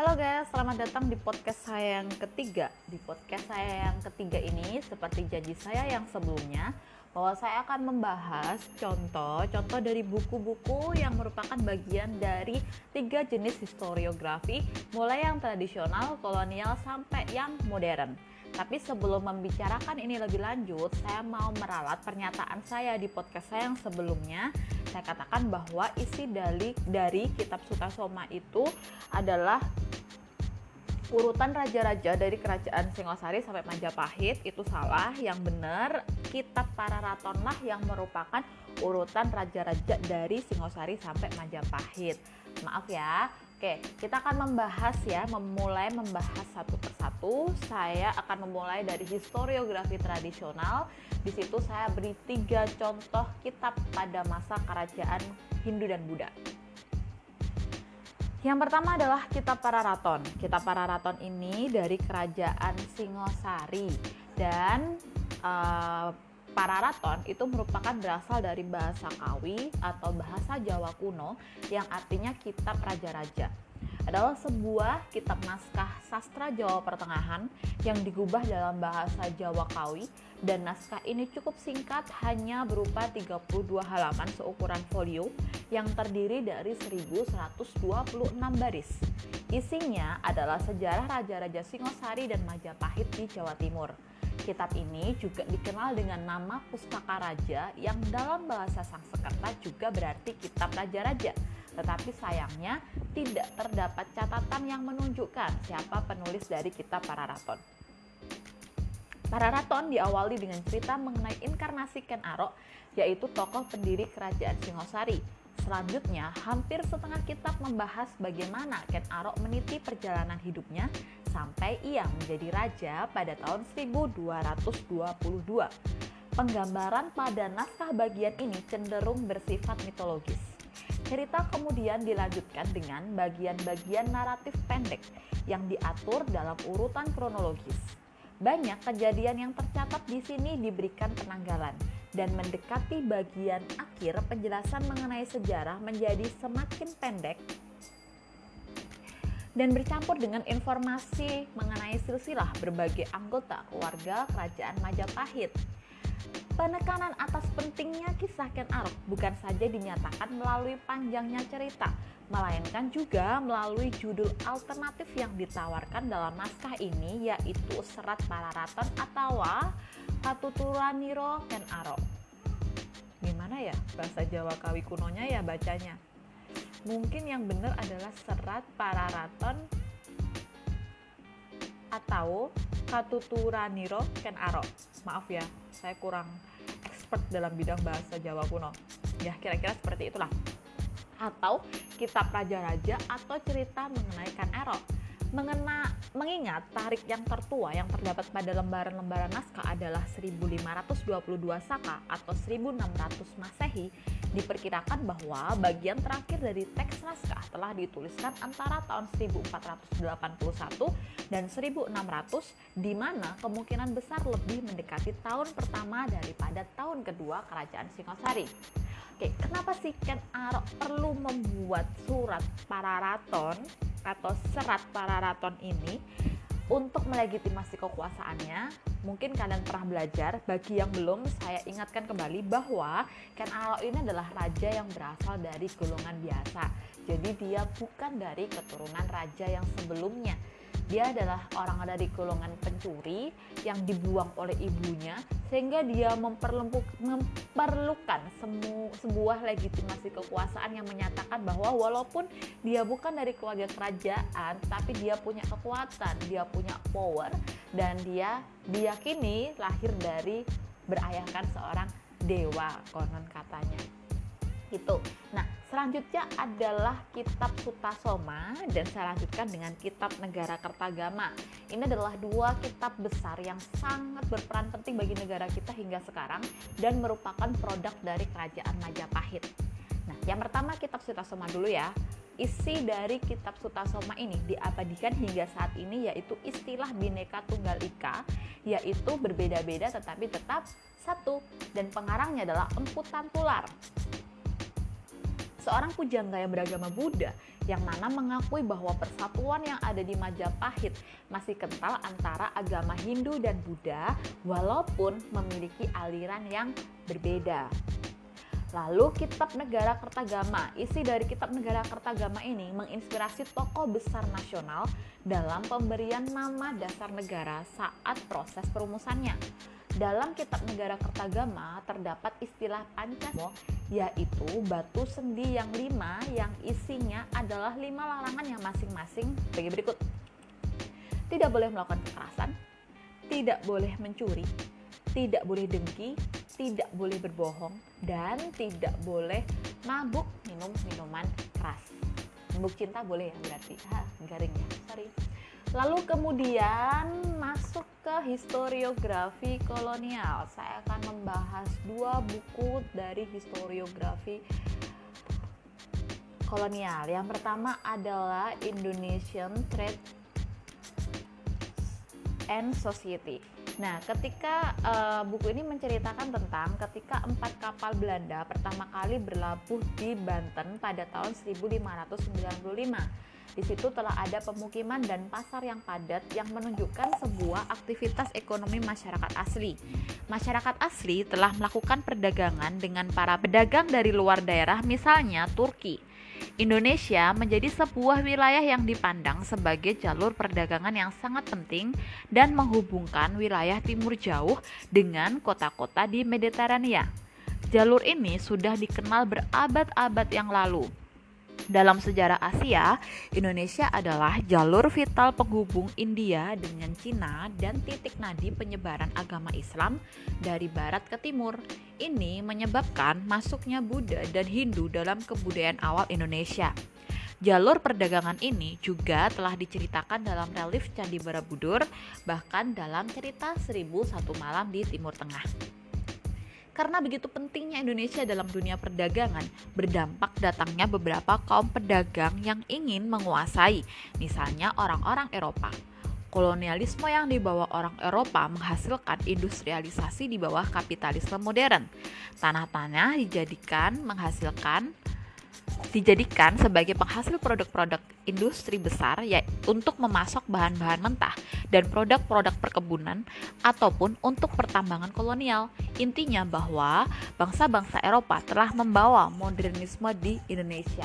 Halo guys, selamat datang di podcast saya yang ketiga. Di podcast saya yang ketiga ini, seperti janji saya yang sebelumnya, bahwa saya akan membahas contoh dari buku-buku yang merupakan bagian dari 3 jenis historiografi, mulai yang tradisional, kolonial, sampai yang modern. Tapi sebelum membicarakan ini lebih lanjut, saya mau meralat pernyataan saya di podcast saya yang sebelumnya. Saya katakan bahwa isi dari kitab Sutasoma itu adalah urutan raja-raja dari kerajaan Singosari sampai Majapahit. Itu salah, yang benar kitab Pararaton lah yang merupakan urutan raja-raja dari Singosari sampai Majapahit. Maaf ya. Oke, kita akan memulai membahas satu persatu. Saya akan memulai dari historiografi tradisional. Di situ saya beri 3 contoh kitab pada masa kerajaan Hindu dan Buddha. Yang pertama adalah kitab Pararaton. Kitab Pararaton ini dari kerajaan Singosari dan Pararaton itu merupakan berasal dari bahasa Kawi atau bahasa Jawa kuno yang artinya kitab raja-raja. Adalah sebuah kitab naskah sastra Jawa Pertengahan yang digubah dalam bahasa Jawa Kawi, dan naskah ini cukup singkat, hanya berupa 32 halaman seukuran folio yang terdiri dari 1126 baris. Isinya adalah sejarah raja-raja Singosari dan Majapahit di Jawa Timur. Kitab ini juga dikenal dengan nama Pustaka Raja yang dalam bahasa Sanskerta juga berarti kitab raja-raja. Tetapi sayangnya tidak terdapat catatan yang menunjukkan siapa penulis dari kitab Pararaton. Pararaton diawali dengan cerita mengenai inkarnasi Ken Arok, yaitu tokoh pendiri kerajaan Singosari. Selanjutnya, hampir setengah kitab membahas bagaimana Ken Arok meniti perjalanan hidupnya sampai ia menjadi raja pada tahun 1222. Penggambaran pada naskah bagian ini cenderung bersifat mitologis. Cerita kemudian dilanjutkan dengan bagian-bagian naratif pendek yang diatur dalam urutan kronologis. Banyak kejadian yang tercatat di sini diberikan penanggalan, dan mendekati bagian akhir penjelasan mengenai sejarah menjadi semakin pendek dan bercampur dengan informasi mengenai silsilah berbagai anggota keluarga kerajaan Majapahit. Penekanan atas pentingnya kisah Ken Arok bukan saja dinyatakan melalui panjangnya cerita, melainkan juga melalui judul alternatif yang ditawarkan dalam naskah ini, yaitu Serat Pararaton atau Katuturaniro Ken Arok. Gimana ya bahasa Jawa Kawi kunonya ya bacanya? Mungkin yang benar adalah Serat Pararaton atau Katuturaniro Ken Arok. Maaf ya, saya kurang expert dalam bidang bahasa Jawa kuno. Ya, kira-kira seperti itulah. Atau kitab raja-raja atau cerita mengenai Ken Arok. Mengingat tarik yang tertua yang terdapat pada lembaran-lembaran naskah adalah 1522 Saka atau 1600 Masehi, diperkirakan bahwa bagian terakhir dari teks naskah telah dituliskan antara tahun 1481 dan 1600, di mana kemungkinan besar lebih mendekati tahun pertama daripada tahun kedua kerajaan Singosari. Oke, kenapa sih Ken Arok perlu membuat surat Pararaton atau Serat Pararaton ini untuk melegitimasi kekuasaannya? Mungkin kalian pernah belajar, bagi yang belum saya ingatkan kembali bahwa Ken Arok ini adalah raja yang berasal dari golongan biasa. Jadi dia bukan dari keturunan raja yang sebelumnya. Dia adalah orang dari golongan pencuri yang dibuang oleh ibunya, sehingga dia memerlukan sebuah legitimasi kekuasaan yang menyatakan bahwa walaupun dia bukan dari keluarga kerajaan, tapi dia punya kekuatan, dia punya power, dan dia diyakini lahir dari berayahkan seorang dewa konon katanya. Itu. Nah, selanjutnya adalah kitab Sutasoma, dan saya lanjutkan dengan kitab Negara Kertagama. Ini adalah 2 kitab besar yang sangat berperan penting bagi negara kita hingga sekarang dan merupakan produk dari kerajaan Majapahit. Nah, yang pertama kitab Sutasoma dulu ya. Isi dari kitab Sutasoma ini diabadikan hingga saat ini, yaitu istilah Bhinneka Tunggal Ika, yaitu berbeda-beda tetapi tetap satu, dan pengarangnya adalah Empu Tantular, seorang pujangga yang beragama Buddha yang mana mengakui bahwa persatuan yang ada di Majapahit masih kental antara agama Hindu dan Buddha walaupun memiliki aliran yang berbeda. Lalu Kitab Negara Kertagama. Isi dari Kitab Negara Kertagama ini menginspirasi tokoh besar nasional dalam pemberian nama dasar negara saat proses perumusannya. Dalam Kitab Negara Kertagama terdapat istilah Pancasila, yaitu batu sendi yang 5 yang isinya adalah 5 larangan yang masing-masing sebagai berikut. Tidak boleh melakukan kekerasan, tidak boleh mencuri, tidak boleh dengki, tidak boleh berbohong, dan tidak boleh mabuk minum minuman keras. Mabuk cinta boleh ya berarti, garing ya, sorry. Lalu kemudian masuk ke historiografi kolonial. Saya akan membahas 2 buku dari historiografi kolonial. Yang pertama adalah Indonesian Trade and Society. Nah, ketika buku ini menceritakan tentang ketika 4 kapal Belanda pertama kali berlabuh di Banten pada tahun 1595. Di situ telah ada pemukiman dan pasar yang padat yang menunjukkan sebuah aktivitas ekonomi masyarakat asli. Masyarakat asli telah melakukan perdagangan dengan para pedagang dari luar daerah, misalnya Turki. Indonesia menjadi sebuah wilayah yang dipandang sebagai jalur perdagangan yang sangat penting dan menghubungkan wilayah timur jauh dengan kota-kota di Mediterania. Jalur ini sudah dikenal berabad-abad yang lalu. Dalam sejarah Asia, Indonesia adalah jalur vital penghubung India dengan Cina dan titik nadi penyebaran agama Islam dari barat ke timur. Ini menyebabkan masuknya Buddha dan Hindu dalam kebudayaan awal Indonesia. Jalur perdagangan ini juga telah diceritakan dalam relief Candi Borobudur, bahkan dalam cerita 1001 Malam di Timur Tengah. Karena begitu pentingnya Indonesia dalam dunia perdagangan, berdampak datangnya beberapa kaum pedagang yang ingin menguasai, misalnya orang-orang Eropa. Kolonialisme yang dibawa orang Eropa menghasilkan industrialisasi di bawah kapitalisme modern. Tanah-tanah dijadikan sebagai penghasil produk-produk industri besar untuk memasok bahan-bahan mentah dan produk-produk perkebunan ataupun untuk pertambangan kolonial. Intinya bahwa bangsa-bangsa Eropa telah membawa modernisme di Indonesia.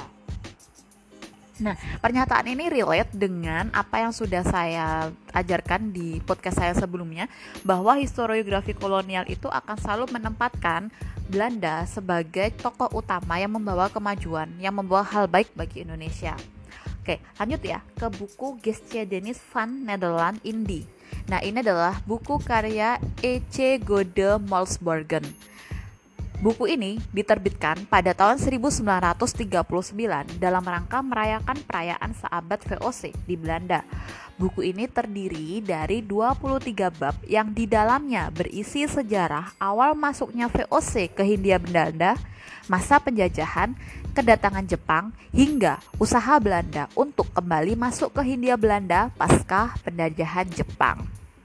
Nah, pernyataan ini relate dengan apa yang sudah saya ajarkan di podcast saya sebelumnya, bahwa historiografi kolonial itu akan selalu menempatkan Belanda sebagai tokoh utama yang membawa kemajuan, yang membawa hal baik bagi Indonesia. Oke, lanjut ya ke buku Geschiedenis van Nederland Indie. Nah, ini adalah buku karya E.C. Gode Molsborgen. Buku ini diterbitkan pada tahun 1939 dalam rangka merayakan perayaan seabad VOC di Belanda. Buku ini terdiri dari 23 bab yang di dalamnya berisi sejarah awal masuknya VOC ke Hindia Belanda, masa penjajahan, kedatangan Jepang, hingga usaha Belanda untuk kembali masuk ke Hindia Belanda pasca penjajahan Jepang.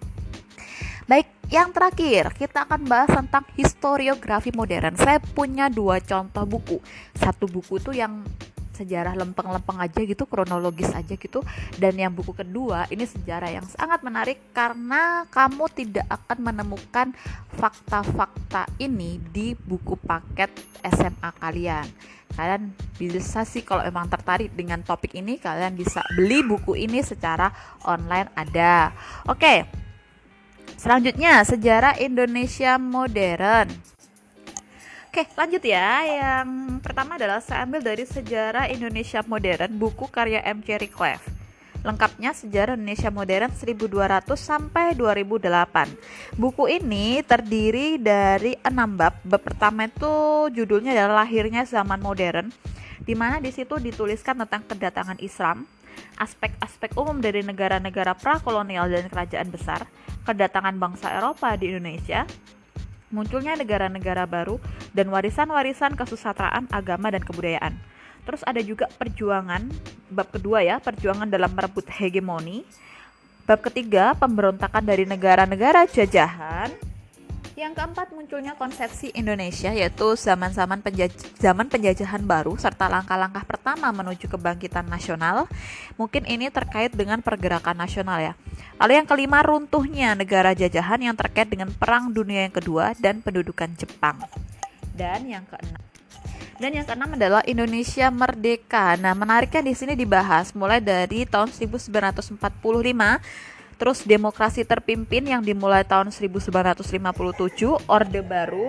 Baik, yang terakhir kita akan bahas tentang historiografi modern. Saya punya 2 contoh buku. Satu buku itu yang sejarah lempeng-lempeng aja gitu, kronologis aja gitu. Dan yang buku kedua ini sejarah yang sangat menarik karena kamu tidak akan menemukan fakta-fakta ini di buku paket SMA kalian. Kalian bisa sih kalau emang tertarik dengan topik ini, kalian bisa beli buku ini secara online ada. Oke. Selanjutnya, sejarah Indonesia modern. Oke, lanjut ya. Yang pertama adalah saya ambil dari Sejarah Indonesia Modern, buku karya M.C. Reclef. Lengkapnya Sejarah Indonesia Modern 1200 sampai 2008. Buku ini terdiri dari 6 bab. Bab pertama itu judulnya adalah Lahirnya Zaman Modern, di mana di situ dituliskan tentang kedatangan Islam, aspek-aspek umum dari negara-negara prakolonial dan kerajaan besar, kedatangan bangsa Eropa di Indonesia, munculnya negara-negara baru, dan warisan-warisan kesusastraan, agama, dan kebudayaan. Terus ada juga perjuangan, bab kedua ya, perjuangan dalam merebut hegemoni. Bab ketiga, pemberontakan dari negara-negara jajahan. Yang keempat, munculnya konsepsi Indonesia, yaitu zaman penjajahan baru serta langkah-langkah pertama menuju kebangkitan nasional. Mungkin ini terkait dengan pergerakan nasional ya. Lalu yang kelima, runtuhnya negara jajahan yang terkait dengan Perang Dunia yang Kedua dan pendudukan Jepang. Dan yang keenam adalah Indonesia merdeka. Nah, menariknya di sini dibahas mulai dari tahun 1945, terus demokrasi terpimpin yang dimulai tahun 1957, Orde Baru,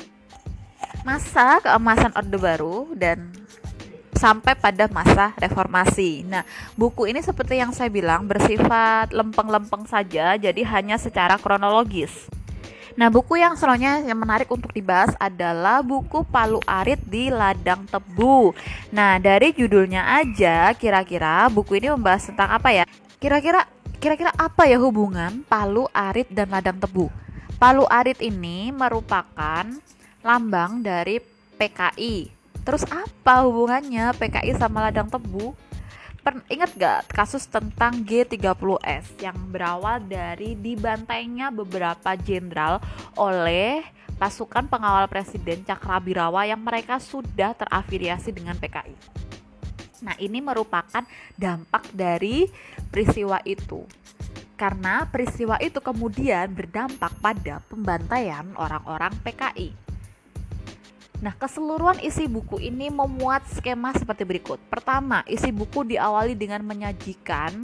masa keemasan Orde Baru, dan sampai pada masa reformasi. Nah, buku ini seperti yang saya bilang bersifat lempeng-lempeng saja, jadi hanya secara kronologis. Nah, buku yang selanjutnya yang menarik untuk dibahas adalah buku Palu Arit di Ladang Tebu. Nah, dari judulnya aja kira-kira buku ini membahas tentang apa ya? Kira-kira apa ya hubungan Palu Arit dan Ladang Tebu? Palu Arit ini merupakan lambang dari PKI. Terus apa hubungannya PKI sama Ladang Tebu? Ingat gak kasus tentang G30S yang berawal dari dibantainya beberapa jenderal oleh pasukan pengawal Presiden Cakrabirawa yang mereka sudah terafiliasi dengan PKI. Nah, ini merupakan dampak dari peristiwa itu. Karena peristiwa itu kemudian berdampak pada pembantaian orang-orang PKI. Nah, keseluruhan isi buku ini memuat skema seperti berikut. Pertama, isi buku diawali dengan menyajikan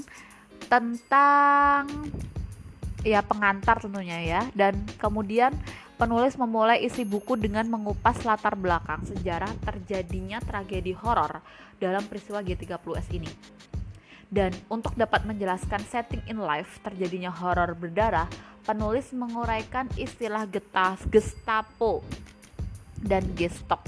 tentang pengantar tentunya ya. Dan kemudian penulis memulai isi buku dengan mengupas latar belakang sejarah terjadinya tragedi horor dalam peristiwa G30S ini. Dan untuk dapat menjelaskan setting in life terjadinya horor berdarah, penulis menguraikan istilah Gestapo dan Gestok.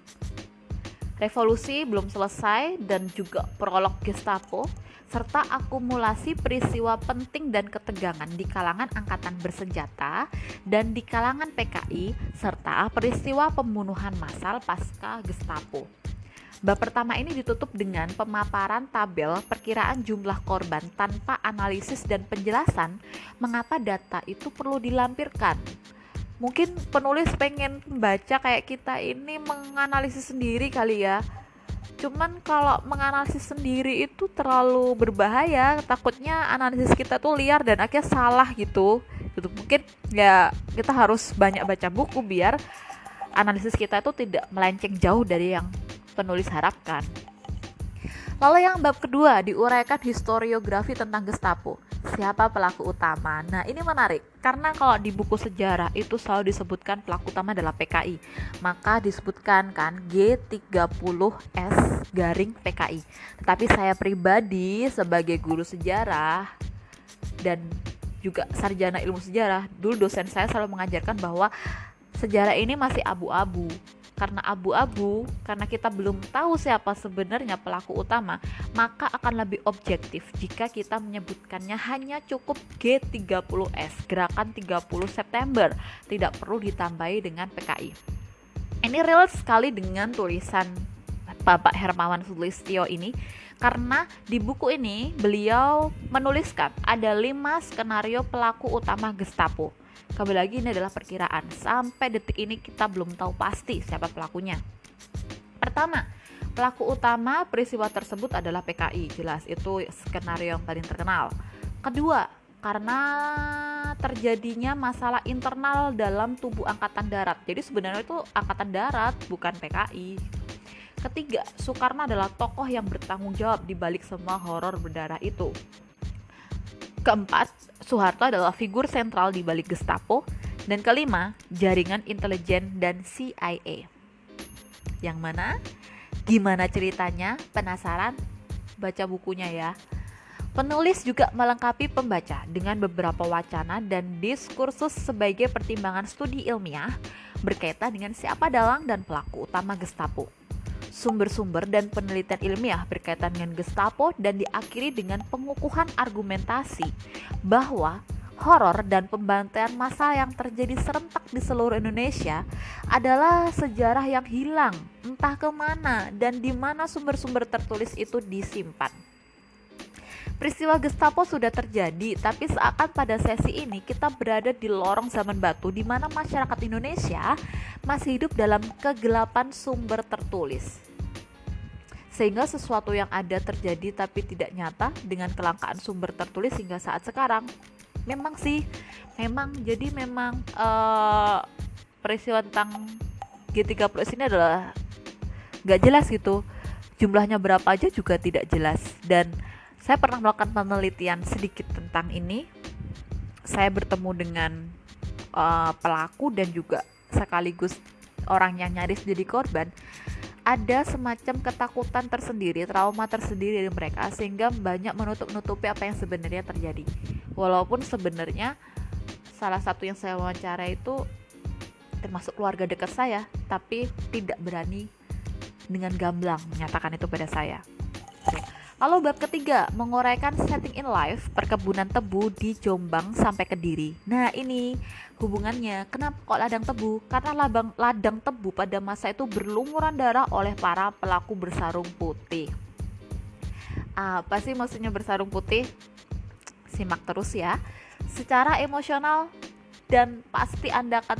Revolusi belum selesai dan juga prolog Gestapo serta akumulasi peristiwa penting dan ketegangan di kalangan angkatan bersenjata dan di kalangan PKI serta peristiwa pembunuhan massal pasca Gestapo. Bab pertama ini ditutup dengan pemaparan tabel perkiraan jumlah korban tanpa analisis dan penjelasan mengapa data itu perlu dilampirkan. Mungkin penulis pengen membaca kayak kita ini menganalisis sendiri kali ya. Cuman kalau menganalisis sendiri itu terlalu berbahaya, takutnya analisis kita tuh liar dan akhirnya salah gitu. Mungkin ya kita harus banyak baca buku biar analisis kita itu tidak melenceng jauh dari yang penulis harapkan. Lalu yang bab kedua diuraikan historiografi tentang Gestapo. Siapa pelaku utama? Nah, ini menarik karena kalau di buku sejarah itu selalu disebutkan pelaku utama adalah PKI. Maka disebutkan kan G30S garing PKI. Tetapi saya pribadi sebagai guru sejarah dan juga sarjana ilmu sejarah, dulu dosen saya selalu mengajarkan bahwa sejarah ini masih abu-abu. Karena abu-abu, karena kita belum tahu siapa sebenarnya pelaku utama, maka akan lebih objektif jika kita menyebutkannya hanya cukup G30S, Gerakan 30 September, tidak perlu ditambahi dengan PKI. Ini real sekali dengan tulisan Bapak Hermawan Sulistyo ini, karena di buku ini beliau menuliskan ada 5 skenario pelaku utama Gestapo. Kembali lagi ini adalah perkiraan. Sampai detik ini kita belum tahu pasti siapa pelakunya. Pertama, pelaku utama peristiwa tersebut adalah PKI. Jelas itu skenario yang paling terkenal. Kedua, karena terjadinya masalah internal dalam tubuh Angkatan Darat. Jadi sebenarnya itu Angkatan Darat bukan PKI. Ketiga, Soekarno adalah tokoh yang bertanggung jawab di balik semua horor berdarah itu. Keempat, Soeharto adalah figur sentral di balik Gestapo. Dan kelima, jaringan intelijen dan CIA. Yang mana? Gimana ceritanya? Penasaran? Baca bukunya ya. Penulis juga melengkapi pembaca dengan beberapa wacana dan diskursus sebagai pertimbangan studi ilmiah berkaitan dengan siapa dalang dan pelaku utama Gestapo. Sumber-sumber dan penelitian ilmiah berkaitan dengan Gestapo dan diakhiri dengan pengukuhan argumentasi bahwa horor dan pembantaian massal yang terjadi serentak di seluruh Indonesia adalah sejarah yang hilang, entah kemana dan di mana sumber-sumber tertulis itu disimpan. Peristiwa Gestapo sudah terjadi, tapi seakan pada sesi ini kita berada di lorong zaman batu di mana masyarakat Indonesia masih hidup dalam kegelapan sumber tertulis. Sehingga sesuatu yang ada terjadi tapi tidak nyata dengan kelangkaan sumber tertulis hingga saat sekarang. Memang peristiwa tentang G30S ini adalah gak jelas gitu. Jumlahnya berapa aja juga tidak jelas. Dan saya pernah melakukan penelitian sedikit tentang ini. Saya bertemu dengan pelaku dan juga sekaligus orang yang nyaris jadi korban. Ada semacam ketakutan tersendiri, trauma tersendiri dari mereka, sehingga banyak menutup-nutupi apa yang sebenarnya terjadi. Walaupun sebenarnya salah satu yang saya wawancara itu termasuk keluarga dekat saya, tapi tidak berani dengan gamblang menyatakan itu pada saya. Lalu bab ketiga, menguraikan setting in life perkebunan tebu di Jombang sampai Kediri. Nah ini hubungannya, kenapa kok ladang tebu? Karena ladang tebu pada masa itu berlumuran darah oleh para pelaku bersarung putih. Apa sih maksudnya bersarung putih? Simak terus ya. Secara emosional dan pasti Anda akan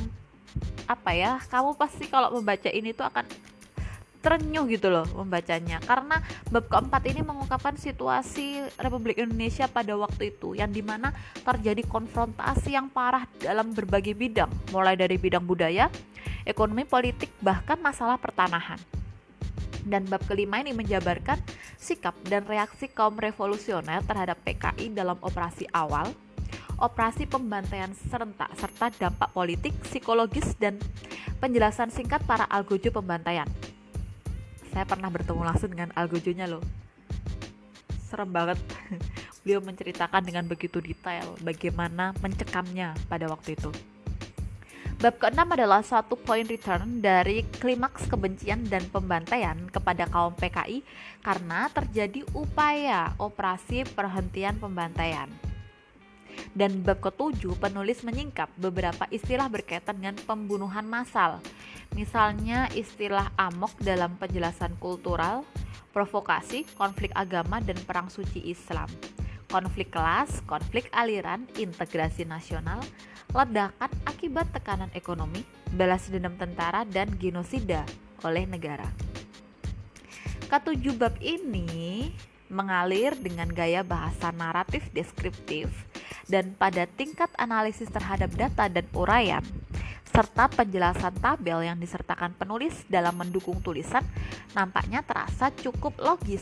kamu pasti kalau membaca ini tuh akan terenyuh gitu loh membacanya, karena bab keempat ini mengungkapkan situasi Republik Indonesia pada waktu itu yang dimana terjadi konfrontasi yang parah dalam berbagai bidang, mulai dari bidang budaya, ekonomi, politik, bahkan masalah pertanahan. Dan bab kelima ini menjabarkan sikap dan reaksi kaum revolusioner terhadap PKI dalam operasi awal, operasi pembantaian serentak, serta dampak politik, psikologis, dan penjelasan singkat para algojo pembantaian. Saya pernah bertemu langsung dengan algojonya loh, serem banget. Beliau menceritakan dengan begitu detail bagaimana mencekamnya pada waktu itu. Bab ke-6 adalah satu poin return dari klimaks kebencian dan pembantaian kepada kaum PKI karena terjadi upaya operasi perhentian pembantaian. Dan bab ke-7, penulis menyingkap beberapa istilah berkaitan dengan pembunuhan massal. Misalnya istilah amok dalam penjelasan kultural, provokasi, konflik agama dan perang suci Islam, konflik kelas, konflik aliran, integrasi nasional, ledakan akibat tekanan ekonomi, balas dendam tentara, dan genosida oleh negara. Ketujuh bab ini mengalir dengan gaya bahasa naratif deskriptif dan pada tingkat analisis terhadap data dan uraian, serta penjelasan tabel yang disertakan penulis dalam mendukung tulisan nampaknya terasa cukup logis.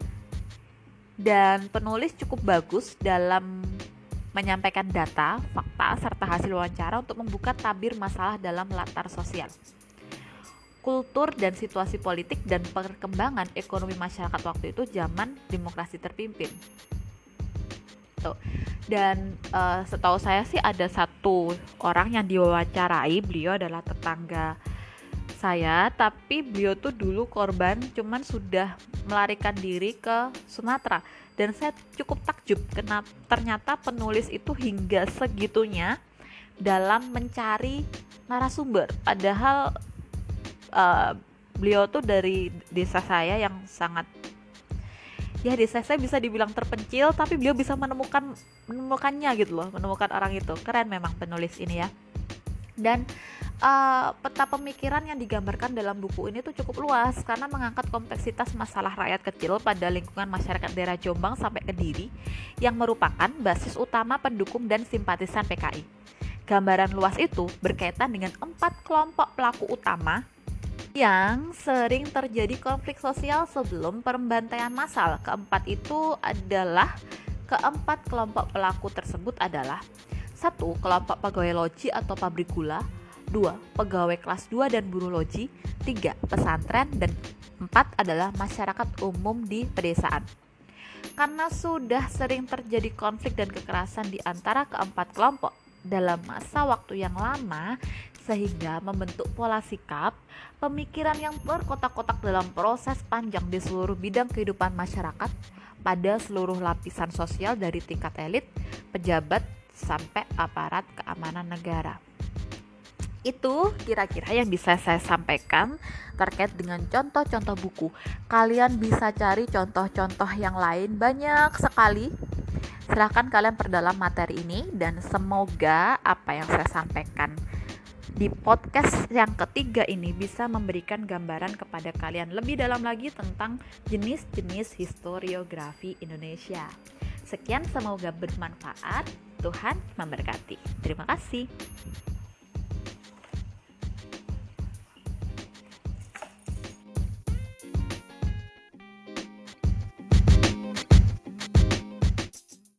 Dan penulis cukup bagus dalam menyampaikan data, fakta, serta hasil wawancara untuk membuka tabir masalah dalam latar sosial, kultur dan situasi politik dan perkembangan ekonomi masyarakat waktu itu zaman demokrasi terpimpin. Dan setahu saya sih ada satu orang yang diwawancarai, beliau adalah tetangga saya, tapi beliau tuh dulu korban, cuman sudah melarikan diri ke Sumatera. Dan saya cukup takjub kenapa ternyata penulis itu hingga segitunya dalam mencari narasumber, padahal beliau tuh dari desa saya yang sangat, ya desa saya bisa dibilang terpencil, tapi beliau bisa menemukannya gitu loh, menemukan orang itu. Keren memang penulis ini ya. Dan peta pemikiran yang digambarkan dalam buku ini tuh cukup luas karena mengangkat kompleksitas masalah rakyat kecil pada lingkungan masyarakat daerah Jombang sampai Kediri yang merupakan basis utama pendukung dan simpatisan PKI. Gambaran luas itu berkaitan dengan 4 kelompok pelaku utama yang sering terjadi konflik sosial sebelum pembantaian massal. Keempat kelompok pelaku tersebut adalah 1. Kelompok pegawai loji atau pabrik gula, 2. Pegawai kelas 2 dan buruh loji, 3. Pesantren, dan 4 adalah masyarakat umum di pedesaan. Karena sudah sering terjadi konflik dan kekerasan di antara keempat kelompok dalam masa waktu yang lama, sehingga membentuk pola sikap, pemikiran yang berkotak-kotak dalam proses panjang di seluruh bidang kehidupan masyarakat pada seluruh lapisan sosial dari tingkat elit, pejabat, sampai aparat keamanan negara. Itu kira-kira yang bisa saya sampaikan terkait dengan contoh-contoh buku. Kalian bisa cari contoh-contoh yang lain, banyak sekali Silahkan kalian perdalam materi ini, dan semoga apa yang saya sampaikan di podcast yang ketiga ini bisa memberikan gambaran kepada kalian lebih dalam lagi tentang jenis-jenis historiografi Indonesia. Sekian, semoga bermanfaat. Tuhan memberkati. Terima kasih.